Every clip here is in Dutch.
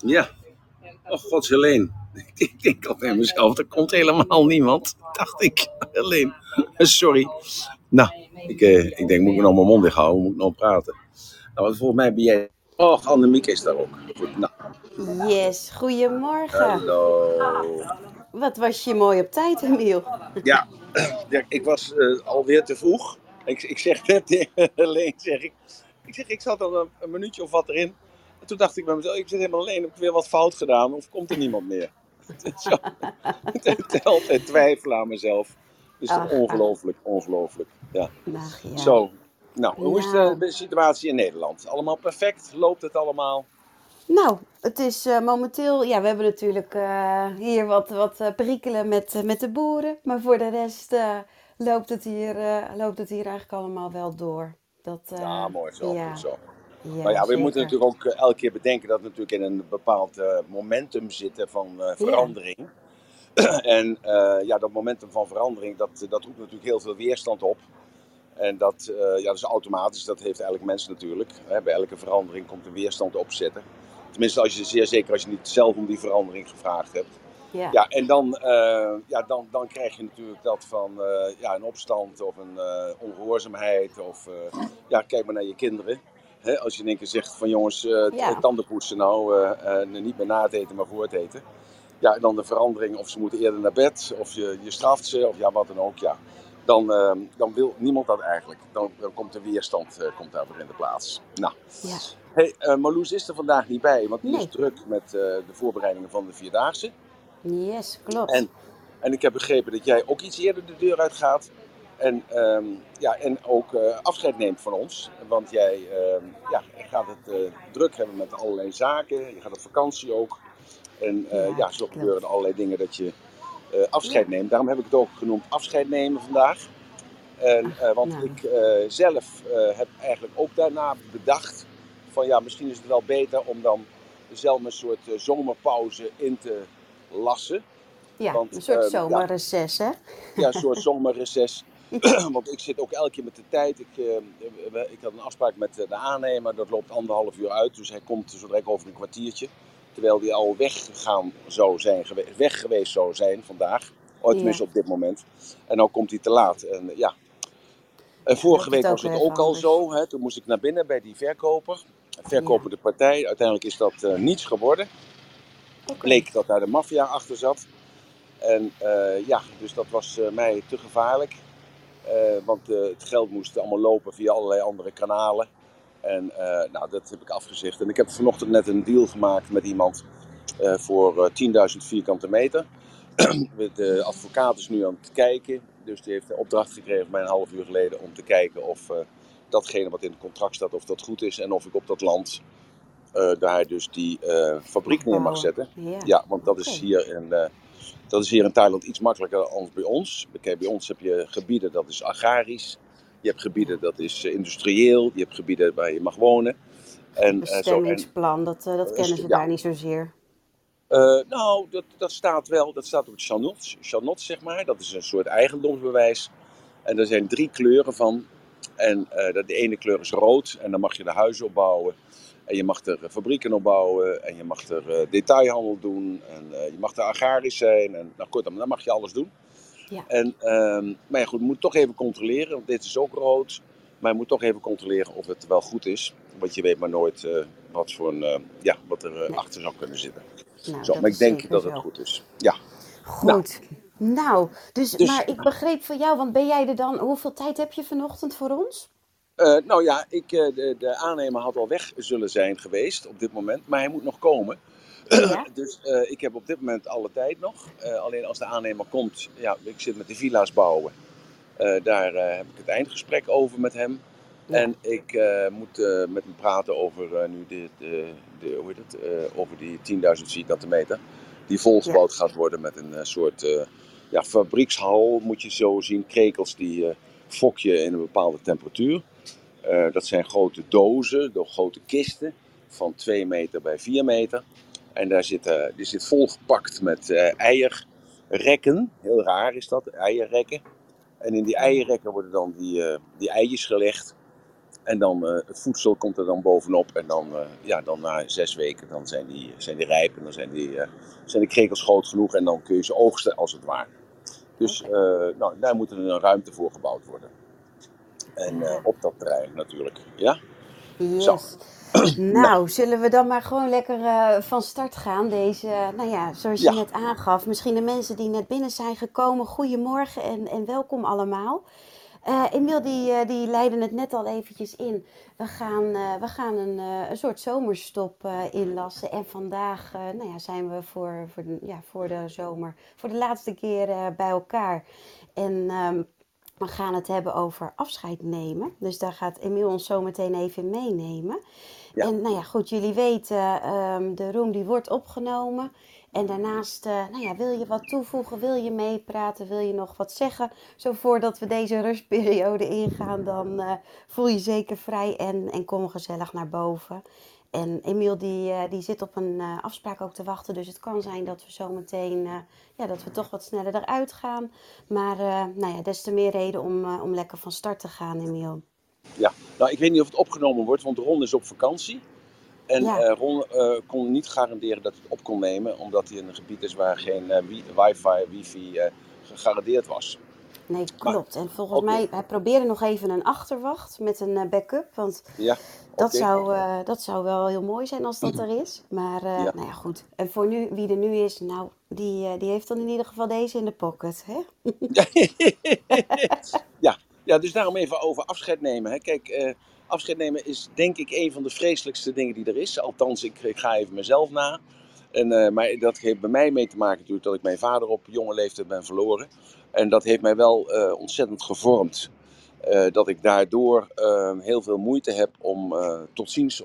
Ja, oh god, Helene. Ik denk al bij mezelf, er komt helemaal niemand. Dacht ik, Helene. Sorry. Nou, ik denk, moet ik nou mijn mond dicht houden? Moet ik nou praten? Nou, want volgens mij ben jij... Oh, Annemiek is daar ook. Goed, nou, Yes, goedemorgen. hallo. Wat was je mooi op tijd, Emiel? Ja, ja ik was alweer te vroeg. Ik zeg net tegen Helene, ik zat al een minuutje of wat erin. En toen dacht ik bij mezelf, ik zit helemaal alleen, heb ik weer wat fout gedaan? Of komt er niemand meer? Zo, altijd twijfelen aan mezelf. Dus Ach, ongelooflijk. Ja. ach ja. Zo, nou, hoe is Nou, de situatie in Nederland? Allemaal perfect? Loopt het allemaal? nou, het is momenteel, ja, we hebben natuurlijk hier wat perikelen met de boeren. Maar voor de rest loopt het hier eigenlijk allemaal wel door. Dat, Ja, mooi zo, goed ja, zo. Maar ja, ja, we moeten zeker. natuurlijk ook elke keer bedenken dat we natuurlijk in een bepaald momentum zitten van Ja, verandering. En ja, dat momentum van verandering, dat roept natuurlijk heel veel weerstand op. En dat is automatisch, dat heeft elk mens natuurlijk. Hè. Bij elke verandering komt een weerstand opzetten. Tenminste, zeer zeker als je niet zelf om die verandering gevraagd hebt. ja, Ja, en dan krijg je natuurlijk dat van ja, een opstand of een ongehoorzaamheid. Of ja, kijk maar naar je kinderen. Hè, als je in één keer zegt van jongens, ja. tandenpoetsen nou, niet meer na het eten, maar voor het eten. Ja, en dan de verandering of ze moeten eerder naar bed, of je straft ze, of ja, wat dan ook. Ja. Dan wil niemand dat eigenlijk. Dan komt de weerstand komt daar weer in de plaats. Nou, Ja, hey, Marloes is er vandaag niet bij, want die is nee. druk met de voorbereidingen van de Vierdaagse. Yes, klopt. En, en ik heb begrepen dat jij ook iets eerder de deur uit gaat. En ook afscheid neemt van ons. Want jij ja, gaat het druk hebben met allerlei zaken. Je gaat op vakantie ook. En Ja, ja, zo gebeuren klopt. er allerlei dingen dat je afscheid Ja, neemt. Daarom heb ik het ook genoemd afscheid nemen vandaag. Want nou, ik zelf heb eigenlijk ook daarna bedacht van ja, misschien is het wel beter om dan zelf een soort zomerpauze in te lassen. ja, een Want soort ja, zomerreces, hè? ja, een soort zomerreces. Want ik zit ook elke keer met de tijd. Ik had een afspraak met de aannemer, dat loopt 1,5 uur uit. Dus hij komt zo direct over een kwartiertje. Terwijl hij al weg geweest zou zijn vandaag. Ooit Ja, tenminste op dit moment. En nu komt hij te laat. En ja, en ja, dan vorige heb je het week ook was weer het even ook al anders. zo. Hè. Toen moest ik naar binnen bij die verkoper. Ja, Verkoper de partij. Uiteindelijk is dat niets geworden. oké. Bleek dat daar de maffia achter zat. En ja, dus dat was mij te gevaarlijk. Want het geld moest allemaal lopen via allerlei andere kanalen. En nou, dat heb ik afgezegd. En ik heb vanochtend net een deal gemaakt met iemand voor 10.000 vierkante meter. De advocaat is nu aan het kijken. Dus die heeft de opdracht gekregen van mij een half uur geleden om te kijken of datgene wat in het contract staat, of dat goed is. En of ik op dat land daar dus die fabriek Mag neer mag bouwen. zetten. Ja, Ja, want oké. dat is hier in Thailand iets makkelijker dan bij ons. Kijk, bij ons heb je gebieden dat is agrarisch. Je hebt gebieden Ja. dat is industrieel. Je hebt gebieden waar je mag wonen. Het En zo. En bestemmingsplan, dat kennen ze ja, daar niet zozeer. nou, dat staat wel. Dat staat op het chanot, zeg maar. Dat is een soort eigendomsbewijs. En er zijn 3 kleuren van. En de ene kleur is rood. En dan mag je er huizen op bouwen. En je mag er fabrieken op bouwen. En je mag er detailhandel doen. En je mag er agrarisch zijn. En nou goed, dan mag je alles doen. Ja, Maar ja, goed, je moet toch even controleren. Want dit is ook rood. Maar je moet toch even controleren of het wel goed is. Want je weet maar nooit wat er nee. achter zou kunnen zitten. Nou, Zo, dat maar ik is denk zeker dat het zo. goed is. Ja, nou, Goed. Nou, dus, dus maar ik begreep van jou, want ben jij er dan, hoeveel tijd heb je vanochtend voor ons? nou ja, de aannemer had al weg zullen zijn geweest op dit moment, maar hij moet nog komen. Ja, Dus ik heb op dit moment alle tijd nog. Alleen als de aannemer komt, ja, ik zit met de villa's bouwen. Daar heb ik het eindgesprek over met hem. ja, En ik moet met hem praten over nu hoe heet het? Over die 10.000 vierkante meter. Die ja. volgebouwd gaat worden met een soort ja, fabriekshal, moet je zo zien. Krekels die fok je in een bepaalde temperatuur. Dat zijn grote dozen, grote kisten van 2 meter bij 4 meter. En die zit volgepakt met eierrekken. Heel raar is dat, eierrekken. En in die Ja, eierrekken worden dan die eitjes gelegd. En dan het voedsel komt er dan bovenop. En dan, dan na 6 weken dan zijn die rijp. En dan zijn de krekels groot genoeg. En dan kun je ze oogsten als het ware. Dus Oké. daar moet er een ruimte voor gebouwd worden. En Ah, op dat terrein natuurlijk. Ja? Zo. yes. Nou, Nou, zullen we dan maar gewoon lekker van start gaan? Deze, nou ja, zoals je ja. net aangaf, misschien de mensen die net binnen zijn gekomen, goedemorgen en welkom allemaal. Emiel die leidde het net al eventjes in. We gaan een soort zomerstop inlassen. En vandaag nou ja, zijn we voor de zomer voor de laatste keer bij elkaar. En we gaan het hebben over afscheid nemen. Dus daar gaat Emiel ons zo meteen even in meenemen. Ja. En nou ja, goed, jullie weten, de room die wordt opgenomen. En daarnaast, nou ja, wil je wat toevoegen, wil je meepraten, wil je nog wat zeggen? Zo voordat we deze rustperiode ingaan, dan voel je zeker vrij en kom gezellig naar boven. En Emiel die zit op een afspraak ook te wachten, dus het kan zijn dat we zo meteen, ja, dat we toch wat sneller eruit gaan. Maar nou ja, des te meer reden om lekker van start te gaan, Emiel. Ja. Nou, ik weet niet of het opgenomen wordt, want Ron is op vakantie. En Ja. Ron kon niet garanderen dat hij het op kon nemen, omdat hij in een gebied is waar geen wifi gegarandeerd was. Nee, Maar, klopt. En volgens oké. mij, hij probeerde nog even een achterwacht met een backup. Want Ja, dat oké. dat zou wel heel mooi zijn als dat er is. Maar Ja. nou ja, goed. En voor nu, wie er nu is, nou, die heeft dan in ieder geval deze in de pocket. Hè? Ja. Ja, dus daarom even over afscheid nemen. Hè. Kijk, afscheid nemen is denk ik een van de vreselijkste dingen die er is. Althans, ik ga even mezelf na. Maar dat heeft bij mij mee te maken natuurlijk dat ik mijn vader op jonge leeftijd ben verloren. En dat heeft mij wel ontzettend gevormd. Dat ik daardoor heel veel moeite heb om tot ziens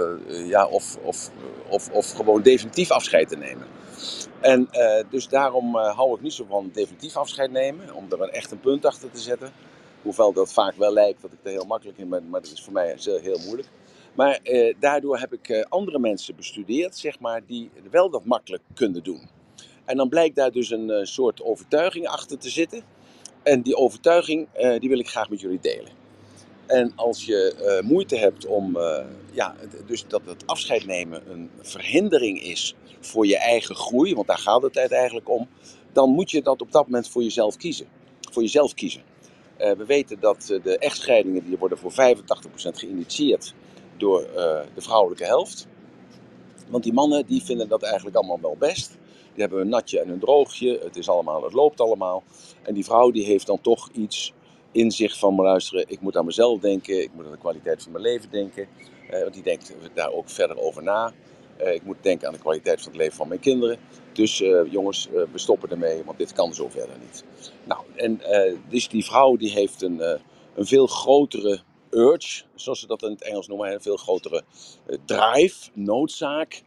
of gewoon definitief afscheid te nemen. En dus daarom hou ik niet zo van definitief afscheid nemen, om er echt een punt achter te zetten. Hoewel dat vaak wel lijkt dat ik er heel makkelijk in ben, maar dat is voor mij heel moeilijk. Maar daardoor heb ik andere mensen bestudeerd, zeg maar, die wel dat makkelijk kunnen doen. En dan blijkt daar dus een soort overtuiging achter te zitten. En die overtuiging die wil ik graag met jullie delen. En als je moeite hebt om, dus dat het afscheid nemen een verhindering is voor je eigen groei, want daar gaat het eigenlijk om, dan moet je dat op dat moment voor jezelf kiezen. Voor jezelf kiezen. We weten dat de echtscheidingen die worden voor 85% geïnitieerd door de vrouwelijke helft. Want die mannen die vinden dat eigenlijk allemaal wel best. Die hebben een natje en een droogje. Het loopt allemaal. En die vrouw die heeft dan toch iets in zich van, maar luisteren, ik moet aan mezelf denken. Ik moet aan de kwaliteit van mijn leven denken. Want die denkt daar ook verder over na. Ik moet denken aan de kwaliteit van het leven van mijn kinderen. Dus jongens, we stoppen ermee, want dit kan zo verder niet. Nou, en dus die vrouw die heeft een veel grotere urge, zoals ze dat in het Engels noemen, een veel grotere drive, noodzaak,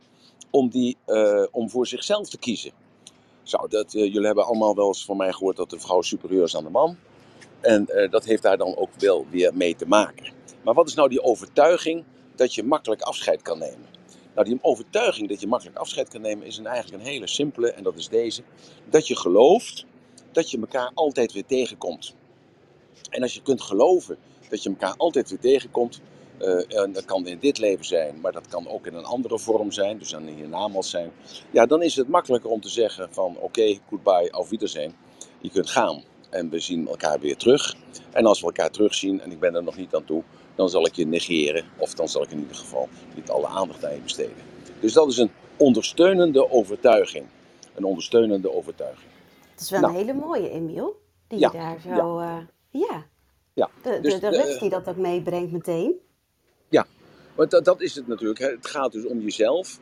om voor zichzelf te kiezen. Jullie hebben allemaal wel eens van mij gehoord dat de vrouw superieur is aan de man. En dat heeft daar dan ook wel weer mee te maken. Maar wat is nou die overtuiging dat je makkelijk afscheid kan nemen? Nou, die overtuiging dat je makkelijk afscheid kan nemen is eigenlijk een hele simpele, en dat is deze. Dat je gelooft dat je elkaar altijd weer tegenkomt. En als je kunt geloven dat je elkaar altijd weer tegenkomt, en dat kan in dit leven zijn, maar dat kan ook in een andere vorm zijn, dus dan in je hiernamaals zijn. Ja, dan is het makkelijker om te zeggen van oké, goodbye, auf Wiedersehen. Je kunt gaan en we zien elkaar weer terug. En als we elkaar terugzien en ik ben er nog niet aan toe, dan zal ik je negeren. Of dan zal ik in ieder geval niet alle aandacht aan je besteden. Dus dat is een ondersteunende overtuiging. Een ondersteunende overtuiging. Het is wel een Nou, hele mooie, Emiel. Die je ja, daar ja, zo, ja, ja. Dus de rust die dat ook meebrengt meteen. ja, want dat is het natuurlijk. Hè. Het gaat dus om jezelf.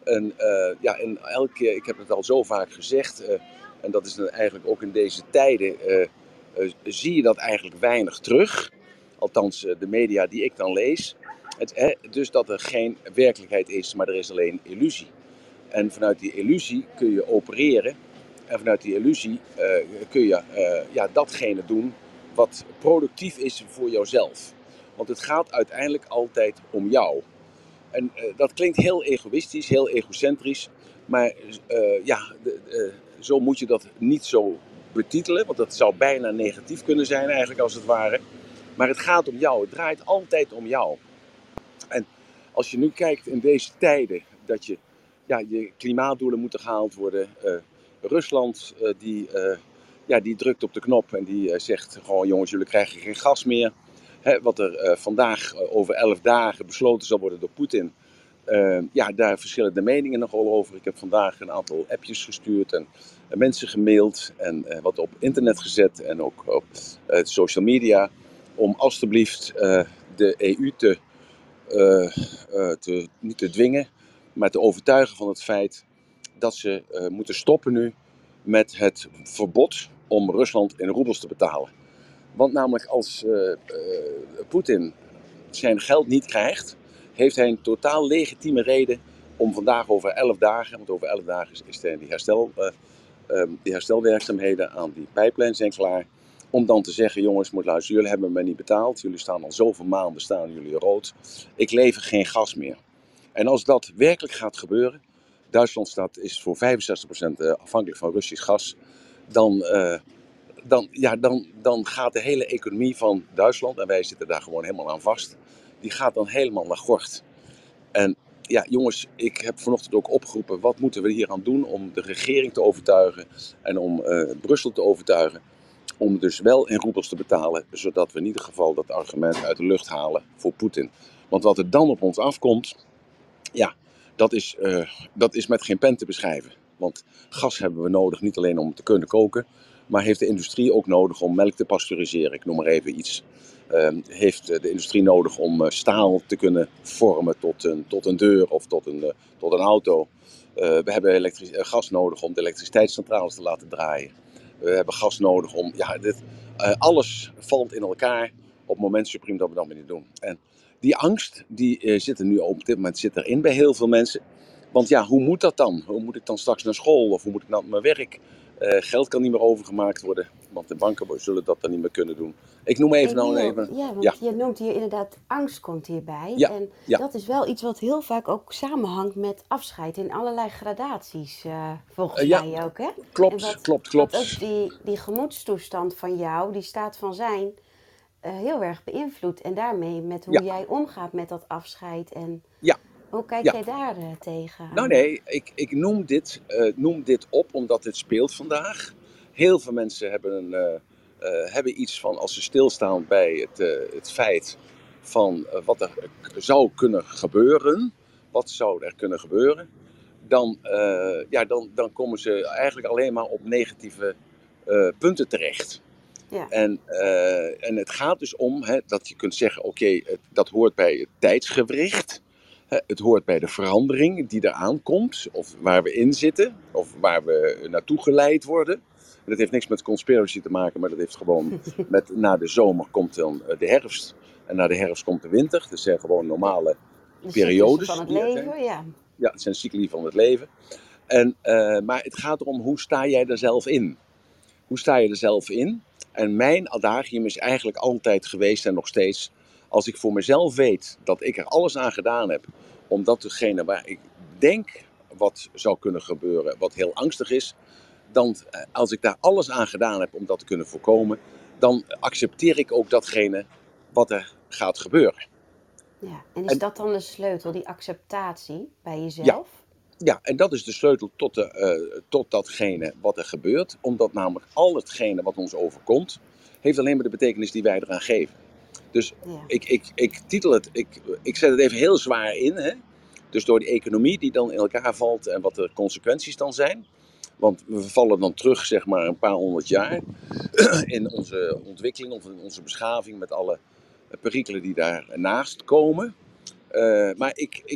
En elke keer, ik heb het al zo vaak gezegd, en dat is dan eigenlijk ook in deze tijden, zie je dat eigenlijk weinig terug. Althans, de media die ik dan lees. Dus dat er geen werkelijkheid is, maar er is alleen illusie. En vanuit die illusie kun je opereren. En vanuit die illusie kun je datgene doen wat productief is voor jouzelf. Want het gaat uiteindelijk altijd om jou. En dat klinkt heel egoïstisch, heel egocentrisch. Maar zo moet je dat niet zo betitelen. Want dat zou bijna negatief kunnen zijn eigenlijk als het ware. Maar het gaat om jou. Het draait altijd om jou. En als je nu kijkt in deze tijden dat je klimaatdoelen moeten gehaald worden. Rusland die drukt op de knop en die zegt gewoon jongens, jullie krijgen geen gas meer. Wat er vandaag over 11 dagen besloten zal worden door Poetin. Daar verschillen de meningen nogal over. Ik heb vandaag een aantal appjes gestuurd en mensen gemaild en wat op internet gezet en ook op social media. Om alstublieft de EU niet te dwingen, maar te overtuigen van het feit dat ze moeten stoppen nu met het verbod om Rusland in roebels te betalen. Want namelijk als Poetin zijn geld niet krijgt, heeft hij een totaal legitieme reden om vandaag over 11 dagen, want over 11 dagen is die herstelwerkzaamheden aan die pijplijn zijn klaar, om dan te zeggen, jongens, moet luisteren, jullie hebben me niet betaald, jullie staan al zoveel maanden, staan jullie rood, ik lever geen gas meer. En als dat werkelijk gaat gebeuren, Duitsland is voor 65% afhankelijk van Russisch gas, dan gaat de hele economie van Duitsland, en wij zitten daar gewoon helemaal aan vast, die gaat dan helemaal naar gort. En ja, jongens, ik heb vanochtend ook opgeroepen, wat moeten we hier aan doen om de regering te overtuigen en om Brussel te overtuigen om dus wel in roebels te betalen, zodat we in ieder geval dat argument uit de lucht halen voor Poetin. Want wat er dan op ons afkomt, ja, dat is met geen pen te beschrijven. Want gas hebben we nodig, niet alleen om te kunnen koken, maar heeft de industrie ook nodig om melk te pasteuriseren. Ik noem maar even iets. Heeft de industrie nodig om staal te kunnen vormen tot een deur of tot een auto. We hebben gas nodig om de elektriciteitscentrales te laten draaien. We hebben gas nodig om... alles valt in elkaar op het moment supreme dat we dat niet doen. En die angst die zit er nu op dit moment erin bij heel veel mensen. Want ja, hoe moet dat dan? Hoe moet ik dan straks naar school? Of hoe moet ik naar mijn werk? Geld kan niet meer overgemaakt worden. Want de banken zullen dat dan niet meer kunnen doen. Ik noem even Ja, want je noemt hier inderdaad angst komt hierbij. Ja, En ja. dat is wel iets wat heel vaak ook samenhangt met afscheid in allerlei gradaties, volgens mij ook, hè? Klopt. Wat ook die gemoedstoestand van jou, die staat van zijn, heel erg beïnvloedt. En daarmee met hoe jij omgaat met dat afscheid. En hoe kijk jij daar tegen? Nou nee, ik noem dit op omdat dit speelt vandaag. Heel veel mensen hebben iets van, als ze stilstaan bij het feit van wat er zou kunnen gebeuren. Wat zou er kunnen gebeuren? Dan komen ze eigenlijk alleen maar op negatieve punten terecht. Ja. En het gaat dus om dat je kunt zeggen, oké, dat hoort bij het tijdsgewricht. Het hoort bij de verandering die eraan komt, of waar we in zitten, of waar we naartoe geleid worden. Dat heeft niks met conspiracy te maken, maar dat heeft gewoon met na de zomer komt dan de herfst. En na de herfst komt de winter. Dat zijn gewoon normale periodes. Van het leven, ja. Ja, het zijn cycli van het leven. Maar het gaat erom, hoe sta jij er zelf in? Hoe sta je er zelf in? En mijn adagium is eigenlijk altijd geweest en nog steeds, als ik voor mezelf weet dat ik er alles aan gedaan heb om datgene waar ik denk wat zou kunnen gebeuren, wat heel angstig is, dan als ik daar alles aan gedaan heb om dat te kunnen voorkomen, dan accepteer ik ook datgene wat er gaat gebeuren. Ja, en is dat dan de sleutel, die acceptatie bij jezelf? Ja, en dat is de sleutel tot datgene wat er gebeurt. Omdat namelijk al hetgene wat ons overkomt, heeft alleen maar de betekenis die wij eraan geven. Dus ik titel het, ik zet het even heel zwaar in. Hè? Dus door die economie die dan in elkaar valt en wat de consequenties dan zijn. Want we vallen dan terug, zeg maar, een paar honderd jaar in onze ontwikkeling of in onze beschaving met alle perikelen die daarnaast komen. Maar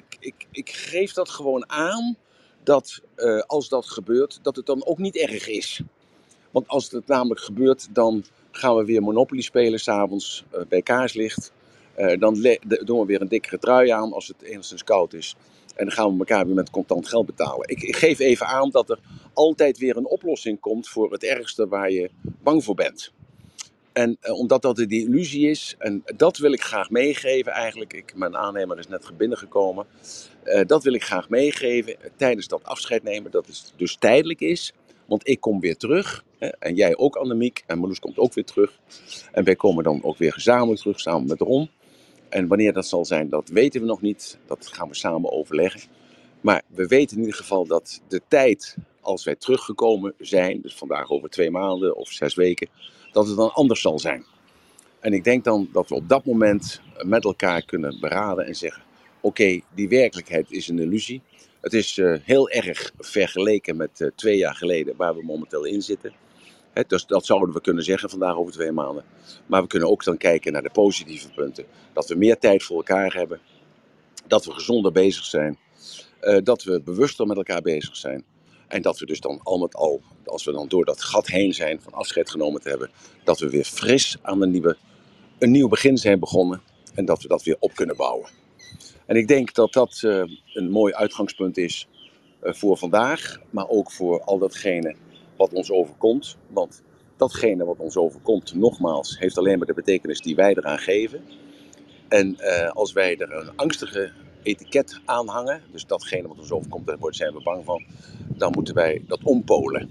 ik geef dat gewoon aan dat als dat gebeurt, dat het dan ook niet erg is. Want als het namelijk gebeurt, dan gaan we weer Monopoly spelen s'avonds bij kaarslicht. Dan doen we weer een dikkere trui aan als het enigszins koud is. En dan gaan we elkaar weer met contant geld betalen. Ik geef even aan dat er altijd weer een oplossing komt voor het ergste waar je bang voor bent. En omdat dat die illusie is, en dat wil ik graag meegeven eigenlijk. Mijn aannemer is net binnengekomen. Dat wil ik graag meegeven tijdens dat afscheid nemen. Dat het dus tijdelijk is. Want ik kom weer terug. Hè, en jij ook, Annemiek. En Marloes komt ook weer terug. En wij komen dan ook weer gezamenlijk terug, samen met Ron. En wanneer dat zal zijn, dat weten we nog niet. Dat gaan we samen overleggen. Maar we weten in ieder geval dat de tijd, als wij teruggekomen zijn, dus vandaag over 2 maanden of 6 weken, dat het dan anders zal zijn. En ik denk dan dat we op dat moment met elkaar kunnen beraden en zeggen, oké, die werkelijkheid is een illusie. Het is heel erg vergeleken met 2 jaar geleden waar we momenteel in zitten. Dus dat zouden we kunnen zeggen vandaag over 2 maanden. Maar we kunnen ook dan kijken naar de positieve punten. Dat we meer tijd voor elkaar hebben. Dat we gezonder bezig zijn. Dat we bewuster met elkaar bezig zijn. En dat we dus dan al met al, als we dan door dat gat heen zijn van afscheid genomen te hebben, dat we weer fris aan een nieuw begin zijn begonnen. En dat we dat weer op kunnen bouwen. En ik denk dat dat een mooi uitgangspunt is voor vandaag. Maar ook voor al datgene wat ons overkomt. Want datgene wat ons overkomt, nogmaals, heeft alleen maar de betekenis die wij eraan geven. En als wij er een angstige etiket aan hangen, dus datgene wat ons overkomt, daar zijn we bang van, dan moeten wij dat ompolen.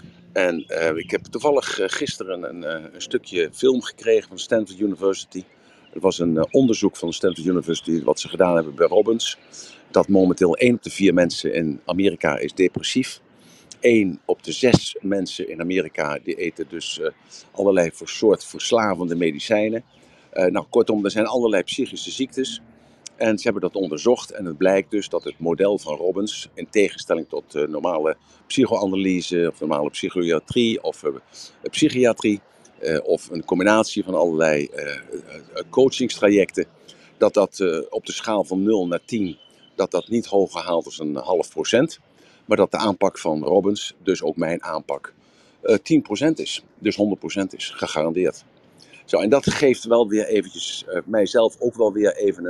En ik heb toevallig gisteren een stukje film gekregen van Stanford University. Het was een onderzoek van Stanford University wat ze gedaan hebben bij Robbins. Dat momenteel 1 op de 4 mensen in Amerika is depressief. 1 op de 6 mensen in Amerika die eten dus allerlei soort verslavende medicijnen. Kortom, er zijn allerlei psychische ziektes. En ze hebben dat onderzocht en het blijkt dus dat het model van Robbins, in tegenstelling tot normale psychoanalyse of normale psychiatrie of psychiatrie of een combinatie van allerlei coachingstrajecten, dat op de schaal van 0 naar 10, dat niet hoger haalt als een half procent, maar dat de aanpak van Robbins, dus ook mijn aanpak, 10% is. Dus 100% is, gegarandeerd. Zo, en dat geeft wel weer eventjes mijzelf ook wel weer even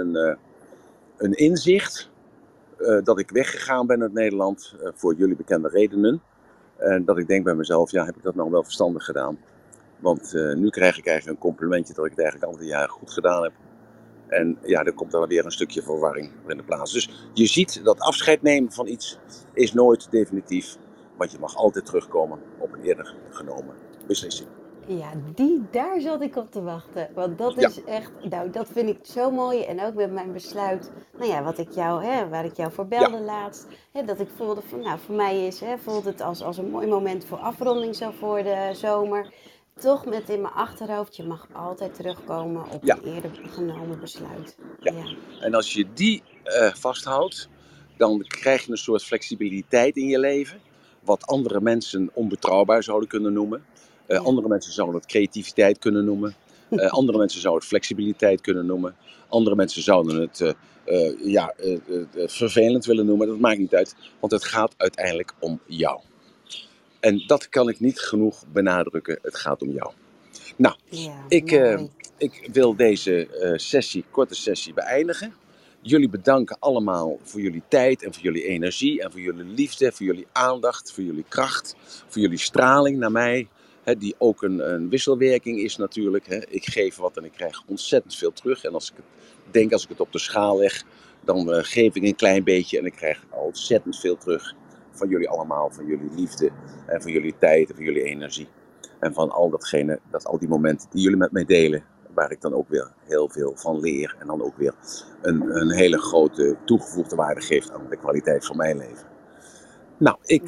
een inzicht dat ik weggegaan ben uit Nederland voor jullie bekende redenen. En dat ik denk bij mezelf, ja, heb ik dat nou wel verstandig gedaan? Want nu krijg ik eigenlijk een complimentje dat ik het eigenlijk al die jaren goed gedaan heb. En ja, er komt dan weer een stukje verwarring in de plaats. Dus je ziet dat afscheid nemen van iets is nooit definitief. Want je mag altijd terugkomen op een eerder genomen beslissing. Ja, daar zat ik op te wachten. Want dat Ja. is echt, nou, dat vind ik zo mooi. En ook met mijn besluit, nou ja, waar ik jou voor belde laatst. Dat ik voelde van, nou, voor mij voelt het als een mooi moment voor afronding zo voor de zomer. Toch met in mijn achterhoofd, je mag altijd terugkomen op een eerder genomen besluit. Ja. En als je die vasthoudt, dan krijg je een soort flexibiliteit in je leven. Wat andere mensen onbetrouwbaar zouden kunnen noemen. Andere mensen zouden het creativiteit kunnen noemen. Andere mensen zouden het flexibiliteit kunnen noemen. Andere mensen zouden het vervelend willen noemen. Dat maakt niet uit, want het gaat uiteindelijk om jou. En dat kan ik niet genoeg benadrukken. Het gaat om jou. Nou, ik wil deze korte sessie beëindigen. Jullie bedanken allemaal voor jullie tijd en voor jullie energie en voor jullie liefde, voor jullie aandacht, voor jullie kracht, voor jullie straling naar mij. Die ook een wisselwerking is natuurlijk. Ik geef wat en ik krijg ontzettend veel terug. En als ik het op de schaal leg, dan geef ik een klein beetje en ik krijg ontzettend veel terug van jullie allemaal, van jullie liefde en van jullie tijd en van jullie energie. En van al die momenten die jullie met mij delen, waar ik dan ook weer heel veel van leer. En dan ook weer een hele grote toegevoegde waarde geeft aan de kwaliteit van mijn leven. Nou, ik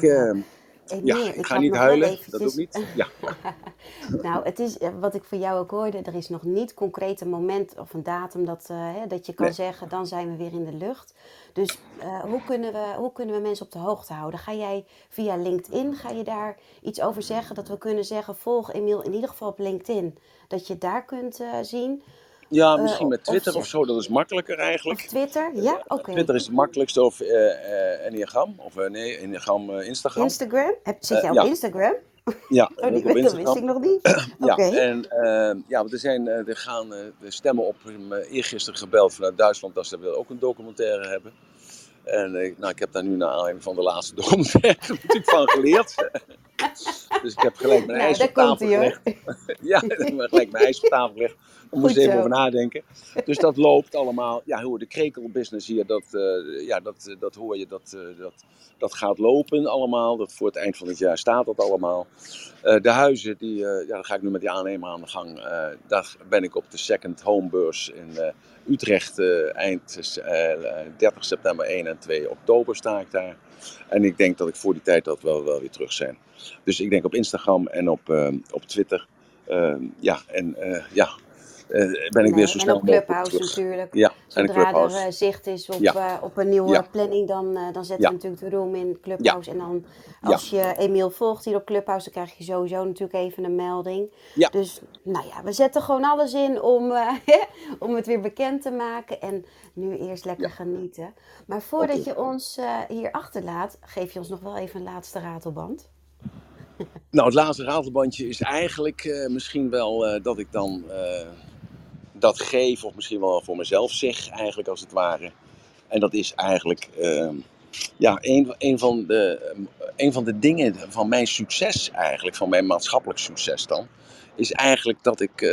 ga niet huilen, dat doe ik niet. Ja. Nou, het is wat ik van jou ook hoorde, er is nog niet concreet een moment of een datum dat je kan zeggen, dan zijn we weer in de lucht. Dus hoe kunnen we mensen op de hoogte houden? Ga jij via LinkedIn, ga je daar iets over zeggen? Dat we kunnen zeggen, volg Emiel in ieder geval op LinkedIn. Dat je daar kunt zien. Ja, misschien met Twitter of zo, dat is makkelijker eigenlijk. Of Twitter, ja, oké. Twitter is het makkelijkste, of Enneagram, of Enneagram Instagram. Instagram? Zit jij op Instagram? Ja, dat wist ik nog niet. Er gaan de stemmen op. Eergisteren gebeld vanuit Duitsland dat ze wil ook een documentaire hebben. En ik heb daar nu naar aanleiding van de laatste documentaire natuurlijk van geleerd. Dus ik heb gelijk mijn Nou, ijs daar op komt tafel hij hoor. gelegd. Ja, ik heb gelijk mijn ijs op tafel gelegd. Daar moest Goed ik even over zo. nadenken. Dus dat loopt allemaal. Ja, hoe de krekelbusiness hier, dat hoor je, dat gaat lopen allemaal. Dat voor het eind van het jaar staat dat allemaal. De huizen, daar ga ik nu met die aannemer aan de gang. Daar ben ik op de Second Home Beurs in Utrecht eind 30 september 1 en 2 oktober sta ik daar. En ik denk dat ik voor die tijd dat wel weer terug zijn. Dus ik denk op Instagram en op Twitter. Ben ik weer Nee, zo en snel op mogelijk Clubhouse terug. natuurlijk. Ja, en de Zodra Clubhouse. er zicht is Ja, op een nieuwe ja, planning, dan zetten ja, we natuurlijk de room in ja, Clubhouse. En dan ja, als je Emiel volgt hier op Clubhouse, dan krijg je sowieso natuurlijk even een melding. ja. Dus nou ja, we zetten gewoon alles in om het weer bekend te maken. En nu eerst lekker Ja. genieten. Maar Oké. voordat je ons hier achterlaat, geef je ons nog wel even een laatste ratelband. Nou, het laatste ratelbandje is eigenlijk misschien wel dat ik dan dat geef, of misschien wel voor mezelf zeg, eigenlijk als het ware. En dat is eigenlijk een van de dingen van mijn succes eigenlijk, van mijn maatschappelijk succes dan, is eigenlijk dat ik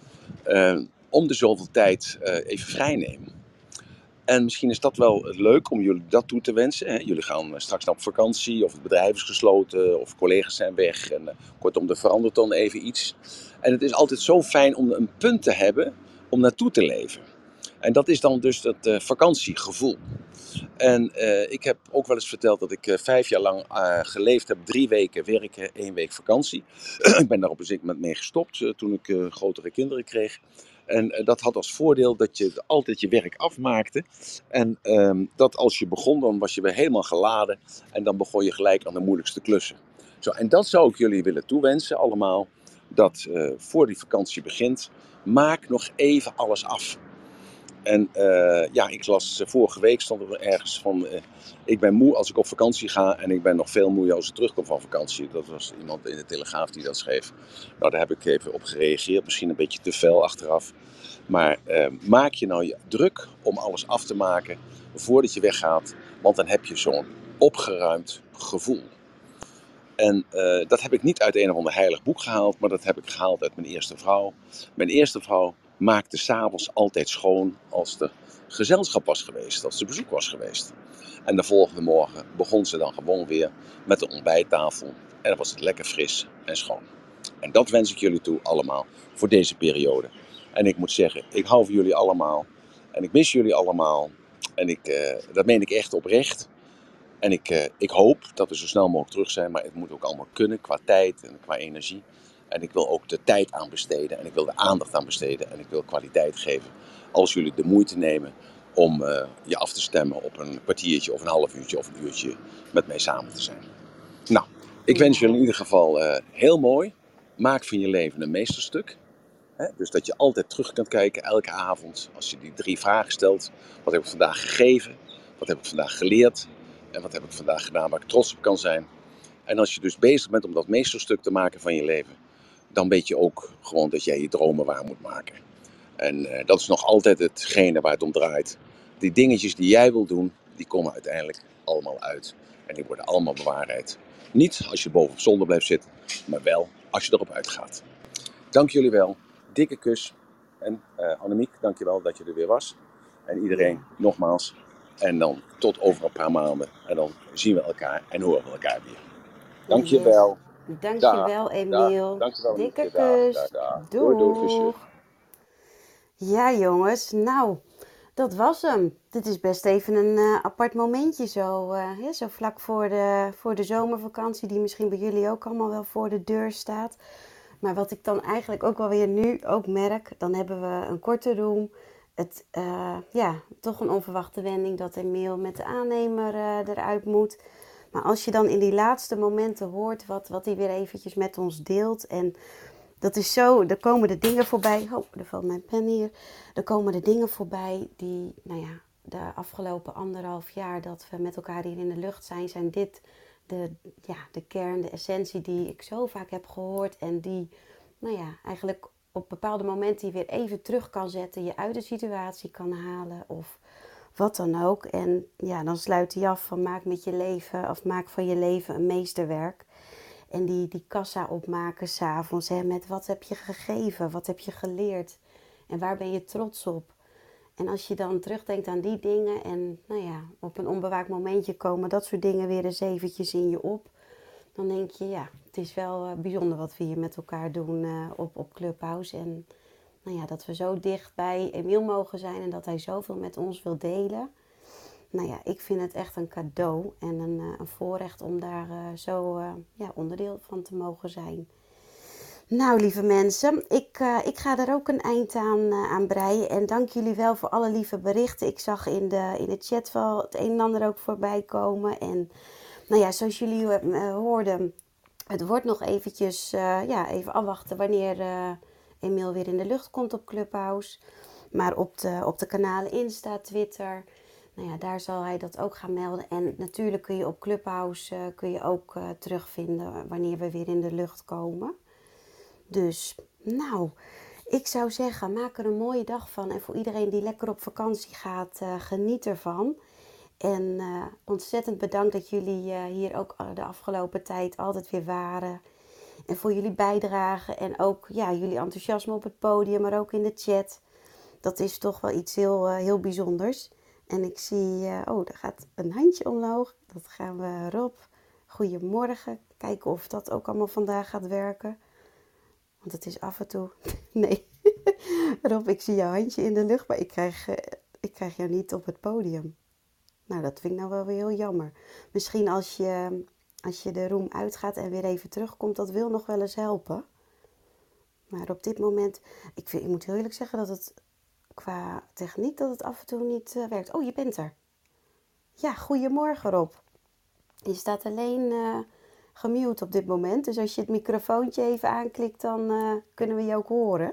om de zoveel tijd even vrij neem. En misschien is dat wel leuk om jullie dat toe te wensen. Hè? Jullie gaan straks naar op vakantie, of het bedrijf is gesloten, of collega's zijn weg. En kortom, er verandert dan even iets. En het is altijd zo fijn om een punt te hebben om naartoe te leven. En dat is dan dus dat vakantiegevoel. En ik heb ook wel eens verteld dat ik 5 jaar lang geleefd heb. 3 weken werken, 1 week vakantie. Ik ben daar op een zeker moment mee gestopt toen ik grotere kinderen kreeg. En dat had als voordeel dat je altijd je werk afmaakte. En dat als je begon, dan was je weer helemaal geladen. En dan begon je gelijk aan de moeilijkste klussen. Zo, en dat zou ik jullie willen toewensen allemaal. Dat voor die vakantie begint, maak nog even alles af. En ik las vorige week stond er ergens van, ik ben moe als ik op vakantie ga en ik ben nog veel moeier als ik terugkom van vakantie. Dat was iemand in de Telegraaf die dat schreef. Nou, daar heb ik even op gereageerd, misschien een beetje te fel achteraf. Maar maak je nou je druk om alles af te maken voordat je weggaat, want dan heb je zo'n opgeruimd gevoel. En dat heb ik niet uit een of ander heilig boek gehaald, maar dat heb ik gehaald uit mijn eerste vrouw. Mijn eerste vrouw maakte 's avonds altijd schoon als er gezelschap was geweest, als er bezoek was geweest. En de volgende morgen begon ze dan gewoon weer met de ontbijttafel. En dan was het lekker fris en schoon. En dat wens ik jullie toe allemaal voor deze periode. En ik moet zeggen, ik hou van jullie allemaal. En ik mis jullie allemaal. En dat meen ik echt oprecht. En ik hoop dat we zo snel mogelijk terug zijn, maar het moet ook allemaal kunnen qua tijd en qua energie. En ik wil ook de tijd aan besteden en ik wil de aandacht aan besteden en ik wil kwaliteit geven. Als jullie de moeite nemen om je af te stemmen op een kwartiertje of een half uurtje of een uurtje met mij samen te zijn. Nou, ik wens jullie in Nou, ieder geval heel mooi. Maak van je leven een meesterstuk. Hè? Dus dat je altijd terug kunt kijken elke avond als je die 3 vragen stelt. Wat heb ik vandaag gegeven? Wat heb ik vandaag geleerd? En wat heb ik vandaag gedaan waar ik trots op kan zijn? En als je dus bezig bent om dat meesterstuk te maken van je leven, dan weet je ook gewoon dat jij je dromen waar moet maken. En dat is nog altijd hetgene waar het om draait. Die dingetjes die jij wil doen, die komen uiteindelijk allemaal uit. En die worden allemaal bewaarheid. Niet als je boven op zolder blijft zitten, maar wel als je erop uitgaat. Dank jullie wel. Dikke kus. En Annemiek, dank je wel dat je er weer was. En iedereen, ja. nogmaals. En dan tot over een paar maanden. En dan zien we elkaar en horen we elkaar weer. Dank je Yes. wel. Dag. Dankjewel, Dag. Emiel. Dank je wel, Dikke Annemiekje. Dag. Dag. kus. Dag. Doei, doei, kusje. Doeg. Ja, jongens. Nou, dat was hem. Dit is best even een apart momentje zo. Zo vlak voor de zomervakantie, die misschien bij jullie ook allemaal wel voor de deur staat. Maar wat ik dan eigenlijk ook wel weer nu ook merk, dan hebben we een korte room. Toch een onverwachte wending dat Emiel met de aannemer eruit moet. Maar als je dan in die laatste momenten hoort wat hij weer eventjes met ons deelt. En dat is zo, er komen de dingen voorbij. Oh, er valt mijn pen hier. Er komen de dingen voorbij die, de afgelopen 1,5 jaar dat we met elkaar hier in de lucht zijn dit de kern, de essentie die ik zo vaak heb gehoord. En die, eigenlijk op bepaalde momenten je weer even terug kan zetten. Je uit de situatie kan halen of wat dan ook. En ja, dan sluit hij af van maak van je leven een meesterwerk. En die kassa opmaken s'avonds. Met wat heb je gegeven? Wat heb je geleerd? En waar ben je trots op? En als je dan terugdenkt aan die dingen en nou ja, op een onbewaakt momentje komen dat soort dingen weer eens eventjes in je op. Dan denk je, ja, het is wel bijzonder wat we hier met elkaar doen op Clubhouse. En nou ja, dat we zo dicht bij Emiel mogen zijn en dat hij zoveel met ons wil delen. Nou ja, ik vind het echt een cadeau en een voorrecht om daar zo onderdeel van te mogen zijn. Nou, lieve mensen, ik ga er ook een eind aan breien. En dank jullie wel voor alle lieve berichten. Ik zag in de chat wel het een en ander ook voorbij komen. En nou ja, zoals jullie hoorden, het wordt nog eventjes even afwachten wanneer Emiel weer in de lucht komt op Clubhouse. Maar op de kanalen Insta, Twitter, nou ja, daar zal hij dat ook gaan melden. En natuurlijk kun je op Clubhouse ook terugvinden wanneer we weer in de lucht komen. Dus, nou, ik zou zeggen, maak er een mooie dag van. En voor iedereen die lekker op vakantie gaat, geniet ervan. En ontzettend bedankt dat jullie hier ook de afgelopen tijd altijd weer waren. En voor jullie bijdrage en ook jullie enthousiasme op het podium, maar ook in de chat. Dat is toch wel iets heel bijzonders. En ik zie, er gaat een handje omhoog. Dat gaan we, Rob. Goedemorgen. Kijken of dat ook allemaal vandaag gaat werken. Want het is af en toe... Nee, Rob, ik zie jouw handje in de lucht, maar ik krijg jou niet op het podium. Nou, dat vind ik nou wel weer heel jammer. Misschien als je de room uitgaat en weer even terugkomt, dat wil nog wel eens helpen. Maar op dit moment, ik moet heel eerlijk zeggen dat het qua techniek dat het af en toe niet werkt. Oh, je bent er. Ja, goedemorgen Rob. Je staat alleen gemute op dit moment. Dus als je het microfoontje even aanklikt, dan kunnen we je ook horen.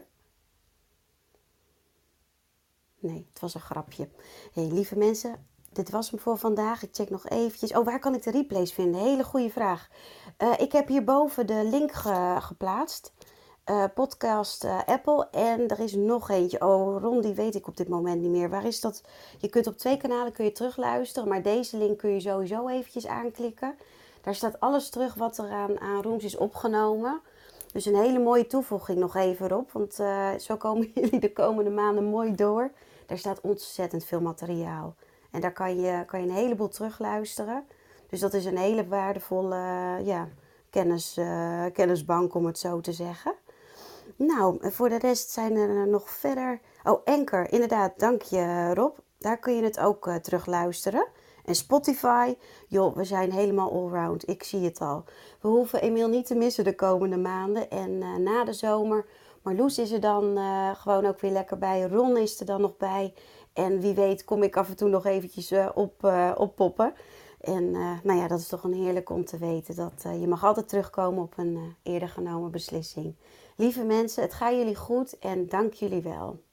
Nee, het was een grapje. Hey, lieve mensen, dit was hem voor vandaag. Ik check nog eventjes. Oh, waar kan ik de replays vinden? Hele goede vraag. Ik heb hierboven de link geplaatst. Podcast Apple. En er is nog eentje. Oh, Ron, die weet ik op dit moment niet meer. Waar is dat? Je kunt op 2 kanalen terugluisteren. Maar deze link kun je sowieso eventjes aanklikken. Daar staat alles terug wat er aan rooms is opgenomen. Dus een hele mooie toevoeging nog even op. Want zo komen jullie de komende maanden mooi door. Daar staat ontzettend veel materiaal. En daar kan je een heleboel terugluisteren. Dus dat is een hele waardevolle kennisbank, om het zo te zeggen. Nou, voor de rest zijn er nog verder... Oh, Anchor, inderdaad, dank je Rob. Daar kun je het ook terugluisteren. En Spotify, joh, we zijn helemaal allround. Ik zie het al. We hoeven Emiel niet te missen de komende maanden. En na de zomer, Marloes is er dan gewoon ook weer lekker bij. Ron is er dan nog bij. En wie weet kom ik af en toe nog eventjes oppoppen. En nou ja, dat is toch een heerlijk om te weten. Dat je mag altijd terugkomen op een eerder genomen beslissing. Lieve mensen, het gaat jullie goed en dank jullie wel.